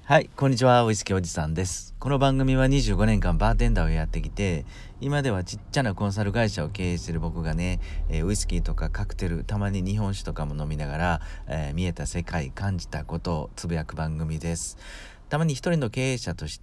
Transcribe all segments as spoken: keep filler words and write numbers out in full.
はい、こんにちは。ウイスキーおじさんです。この番組はにじゅうごねんかんバーテンダーをやってきて、今ではちっちゃなコンサル会社を経営している僕がね、えーウイスキーとかカクテル、たまに日本酒とかも飲みながら、えー見えた世界、感じたことをつぶやく番組です。たまに一人の経営者として、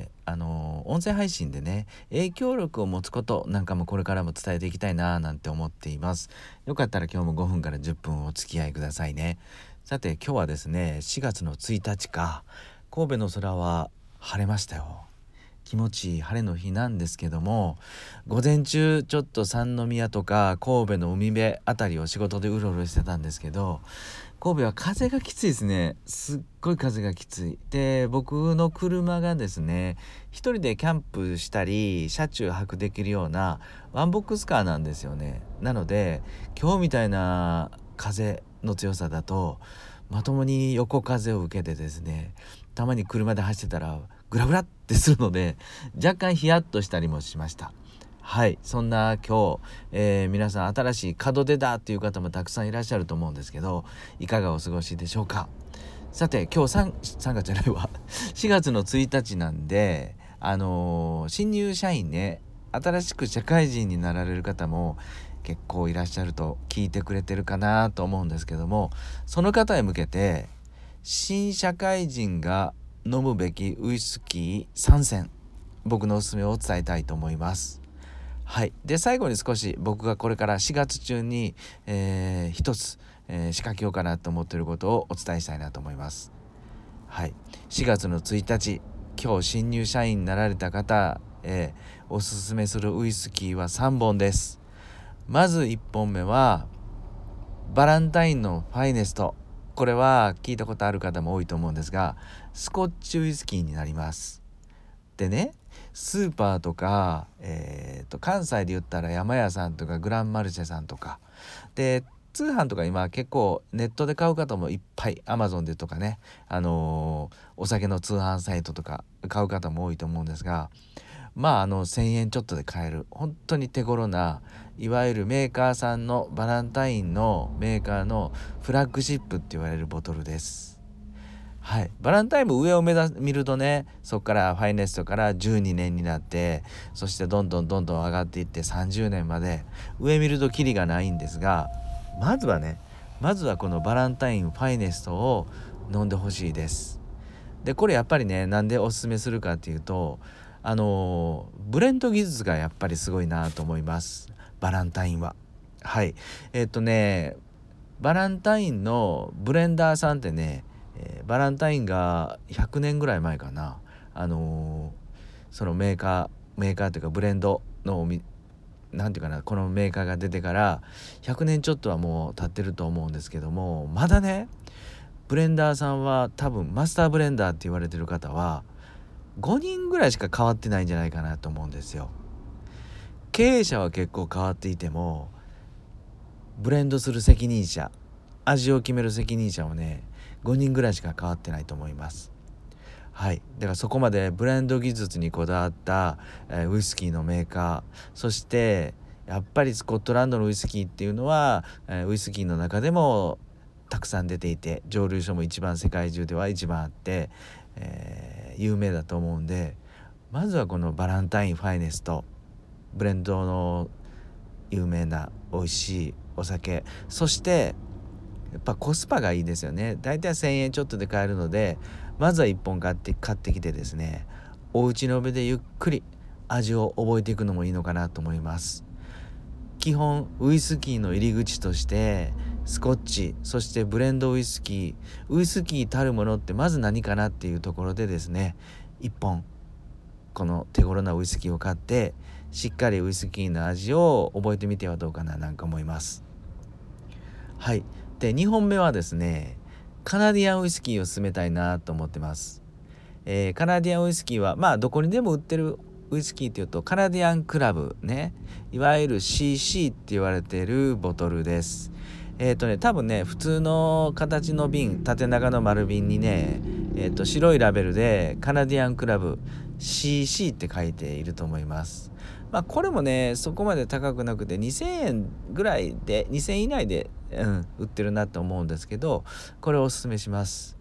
あのー音声配信でね、影響力を持つことなんかもこれからも伝えていきたいななんて思っています。よかったら今日もごふんからじゅっぷんお付き合いくださいね。さて今日はですね、しがつのついたちか。神戸の空は晴れましたよ。気持ちいい晴れの日なんですけども、午前中ちょっと三宮とか神戸の海辺あたりを仕事でうろうろしてたんですけど、神戸は風がきついですね。すっごい風がきついで、僕の車がですね、一人でキャンプしたり車中泊できるようなワンボックスカーなんですよね。なので今日みたいな風の強さだとまともに横風を受けてですね、たまに車で走ってたらグラグラってするので若干ヒヤッとしたりもしました。はい、そんな今日、えー皆さん新しい門出だっていう方もたくさんいらっしゃると思うんですけど、いかがお過ごしでしょうか。さて今日 3, さんがつじゃないわしがつのついたちなんで、あのー新入社員ね、新しく社会人になられる方も結構いらっしゃると聞いてくれてるかなと思うんですけども、その方へ向けて新社会人が飲むべきウイスキーさんせん、僕のおすすめを伝えたいと思います。はい、で最後に少し僕がこれからしがつ中に、えー、一つ、えー仕掛けようかなと思っていることをお伝えしたいなと思います。はい、しがつのついたち、今日新入社員になられた方、えーおすすめするウイスキーはさんぼんです。まずいっぽんめはバランタインのファイネスト。これは聞いたことある方も多いと思うんですが、スコッチウイスキーになります。でね、スーパーとか、えー、と関西で言ったら山屋さんとかグランマルシェさんとかで、通販とか今結構ネットで買う方もいっぱい、アマゾンでとかね、あのーお酒の通販サイトとか買う方も多いと思うんですが、まああのせんえんちょっとで買える本当に手頃な、いわゆるメーカーさんのバランタインのメーカーのフラッグシップって言われるボトルです。はい、バランタインも上を目指見るとね、そこからファイネストからじゅうにねんになって、そしてどんどんどんどん上がっていってさんじゅうねんまで、上見るとキリがないんですが、まずはねまずはこのバランタインファイネストを飲んでほしいです。でこれやっぱりね、なんでおすすめするかっていうと、あのブレンド技術がやっぱりすごいなと思います、バランタインは。はい、えっとねバランタインのブレンダーさんってね、えーバランタインがひゃくねんぐらい前かな、あのーそのメーカーメーカーというかブレンドのおみなんていうかな、このメーカーが出てからひゃくねんちょっとはもう経ってると思うんですけども、まだねブレンダーさんは多分マスターブレンダーって言われてる方はごにんぐらいしか変わってないんじゃないかなと思うんですよ。経営者は結構変わっていても、ブレンドする責任者、味を決める責任者はねごにんぐらいしか変わってないと思います。はい、だからそこまでブレンド技術にこだわった、えーウイスキーのメーカー、そしてやっぱりスコットランドのウイスキーっていうのは、えーウイスキーの中でもたくさん出ていて、蒸留所も一番世界中では一番あって、えー有名だと思うんで、まずはこのバランタインファイネスト、ブレンドの有名な美味しいお酒、そしてやっぱコスパがいいですよね。だいたいせんえんちょっとで買えるので、まずはいっぽん買って買ってきてですね、お家の上でゆっくり味を覚えていくのもいいのかなと思います。基本ウイスキーの入り口としてスコッチ、そしてブレンドウイスキー、ウイスキーたるものってまず何かなっていうところでですね、いっぽんこの手頃なウイスキーを買ってしっかりウイスキーの味を覚えてみてはどうかななんか思います。はい、でにほんめはですね、カナディアンウイスキーを勧めたいなと思ってます。えーカナディアンウイスキーはまあどこにでも売ってるウイスキーっていうとカナディアンクラブね、いわゆる シーシー って言われているボトルです。えっ、とね多分ね普通の形の瓶、縦長の丸瓶にね、えっ、と白いラベルでカナディアンクラブ シーシー って書いていると思います。まあこれもねそこまで高くなくてにせんえんぐらいで、にせんえん以内で、うん、売ってるなと思うんですけど、これをおすすめします。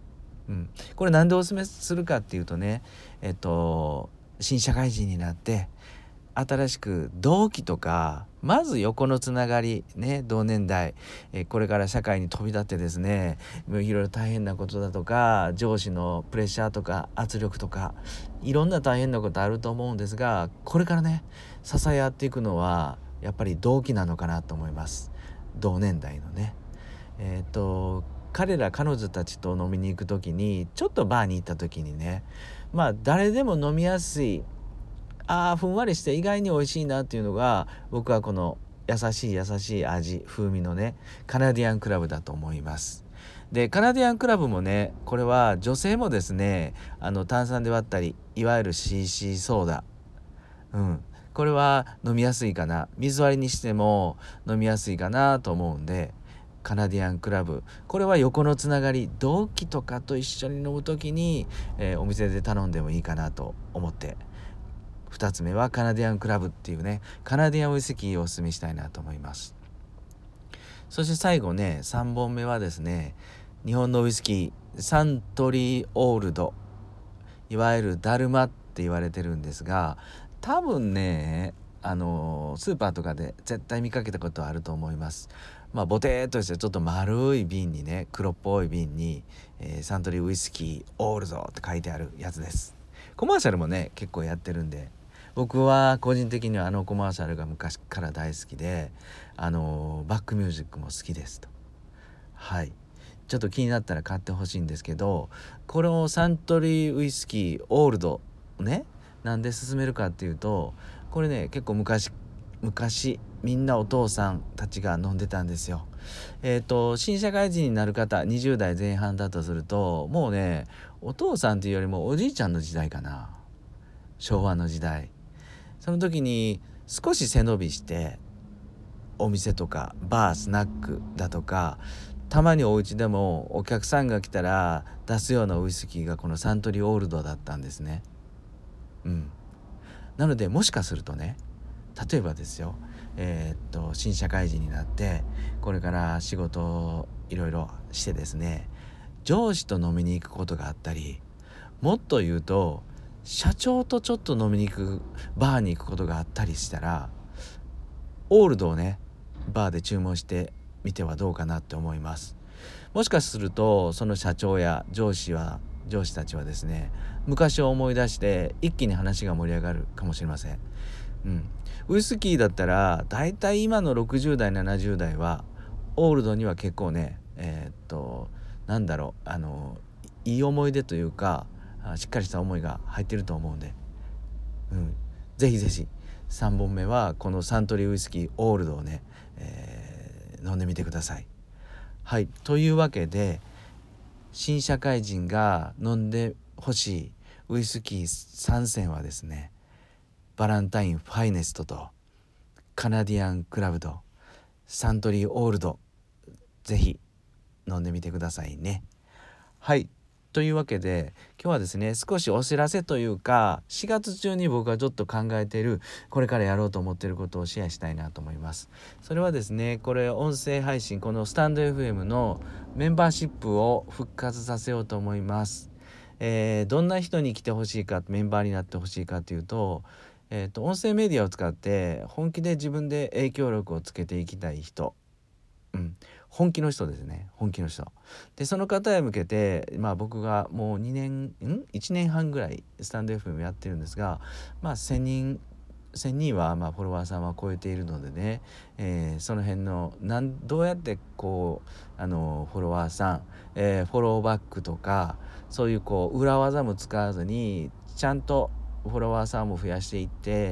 うん、これなんでおすすめするかっていうとね、えっと新社会人になって新しく同期とかまず横のつながりね、同年代、えーこれから社会に飛び立ってですね、いろいろ大変なことだとか上司のプレッシャーとか圧力とかいろんな大変なことあると思うんですが、これからね支え合っていくのはやっぱり同期なのかなと思います。同年代のね、えっと彼ら彼女たちと飲みに行く時にちょっとバーに行った時にね、まあ誰でも飲みやすい、あーふんわりして意外に美味しいなっていうのが僕はこの優しい優しい味風味のねカナディアンクラブだと思います。でカナディアンクラブもね、これは女性もですね、あの炭酸で割ったりいわゆる シーシー ソーダ、うん、これは飲みやすいかな、水割りにしても飲みやすいかなと思うんで、カナディアンクラブ、これは横のつながり同期とかと一緒に飲む時に、えーお店で頼んでもいいかなと思って、ふたつめはカナディアンクラブっていうねカナディアンウイスキーをおすすめしたいなと思います。そして最後ねさんぼんめはですね、日本のウイスキーサントリーオールド、いわゆるダルマって言われてるんですが、多分ねあのスーパーとかで絶対見かけたことあると思います。まあボテーっとしてちょっと丸い瓶にね、黒っぽい瓶に、えーサントリーウイスキーオールドって書いてあるやつです。コマーシャルもね結構やってるんで、僕は個人的にはあのコマーシャルが昔から大好きで、あのバックミュージックも好きですと。はい、ちょっと気になったら買ってほしいんですけど、このサントリーウイスキーオールドね、なんで勧めるかっていうと、これね結構昔昔みんなお父さんたちが飲んでたんですよ。えっと新社会人になる方にじゅう代前半だとすると、もうねお父さんっていうよりもおじいちゃんの時代かな、昭和の時代。その時に少し背伸びしてお店とかバースナックだとか、たまにお家でもお客さんが来たら出すようなウイスキーがこのサントリーオールドだったんですね。うん。なのでもしかするとね、例えばですよ、えーっと新社会人になってこれから仕事をいろいろしてですね、上司と飲みに行くことがあったり、もっと言うと社長とちょっと飲みに行くバーに行くことがあったりしたら、オールドをねバーで注文してみてはどうかなって思います。もしかするとその社長や上司は上司たちはですね、昔を思い出して一気に話が盛り上がるかもしれません。うん、ウイスキーだったらだいたい今のろくじゅう代ななじゅう代はオールドには結構ね、えーっとなんだろう、あのいい思い出というか、あしっかりした思いが入ってると思うんで、うん、ぜひぜひさんぼんめはこのサントリーウイスキーオールドをね、えー飲んでみてください。はい、というわけで新社会人が飲んでほしいウイスキーさん選はですね、バランタインファイネストとカナディアンクラブとサントリーオールド、ぜひ飲んでみてくださいね。はい、というわけで今日はですね少しお知らせというか、しがつ中に僕がちょっと考えているこれからやろうと思っていることをシェアしたいなと思います。それはですね、これ音声配信、このスタンド エフエム のメンバーシップを復活させようと思います。えーどんな人に来てほしいか、メンバーになってほしいかというと、えーと音声メディアを使って本気で自分で影響力をつけていきたい人、うん、本気の人ですね、本気の人で、その方へ向けて、まあ、僕がもうにねんんいちねんはんぐらいスタンド エフエム やってるんですが、まあせんにんせんにんはまあフォロワーさんは超えているのでね、えーその辺のなんどうやってこうあのフォロワーさん、えーフォローバックとかそういうこう裏技も使わずにちゃんとフォロワーさんも増やしていって、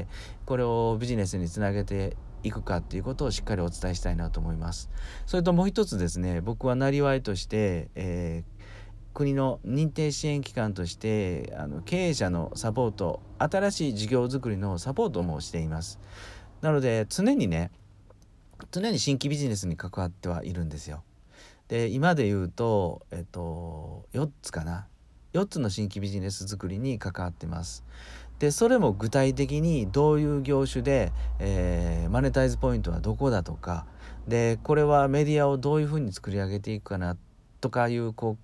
これをビジネスにつなげていくかっていうことをしっかりお伝えしたいなと思います。それともう一つですね、僕はなりわいとして、えー国の認定支援機関としてあの経営者のサポート、新しい事業づくりのサポートもしています。なので常にね常に新規ビジネスに関わってはいるんですよ。で今で言うと、えっと、よっつかなよっつの新規ビジネス作りに関わってます。でそれも具体的にどういう業種で、えーマネタイズポイントはどこだとかで、これはメディアをどういうふうに作り上げていくかなとかいうこう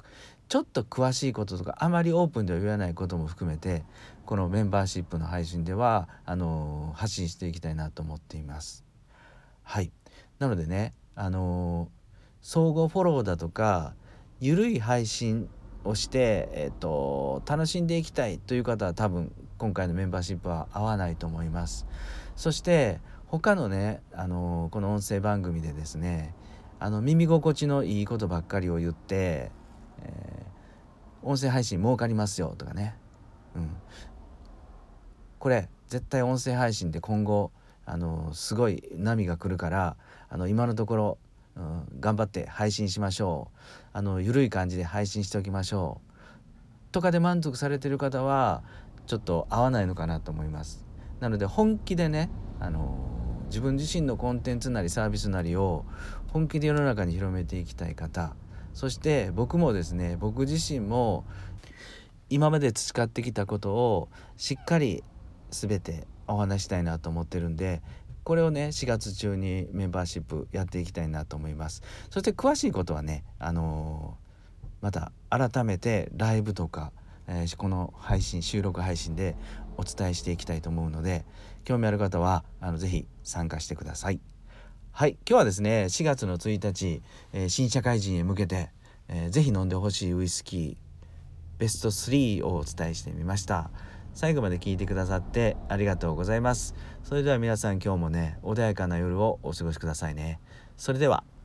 ちょっと詳しいこととかあまりオープンでは言わないことも含めて、このメンバーシップの配信ではあの発信していきたいなと思っています。はい。なのでね、あの相互フォローだとかゆるい配信をして、えーと、楽しんでいきたいという方は多分今回のメンバーシップは合わないと思います。そして他のね、あのこの音声番組でですね、あの耳心地のいいことばっかりを言って、えー、音声配信儲かりますよとかね、うん、これ絶対音声配信で今後あのすごい波が来るから、あの今のところ、うん、頑張って配信しましょう、あの緩い感じで配信しておきましょうとかで満足されてる方はちょっと合わないのかなと思います。なので本気でね、あの自分自身のコンテンツなりサービスなりを本気で世の中に広めていきたい方、そして僕もですね、僕自身も今まで培ってきたことをしっかり全てお話したいなと思ってるんで、これをねしがつ中にメンバーシップやっていきたいなと思います。そして詳しいことはね、あのー、また改めてライブとか、えー、この配信収録配信でお伝えしていきたいと思うので、興味ある方はあのぜひ参加してください。はい、今日はですねしがつのついたち、えー、新社会人へ向けて、えー、ぜひ飲んでほしいウイスキーベストスリーをお伝えしてみました。最後まで聞いてくださってありがとうございます。それでは皆さん今日もね穏やかな夜をお過ごしくださいね。それでは。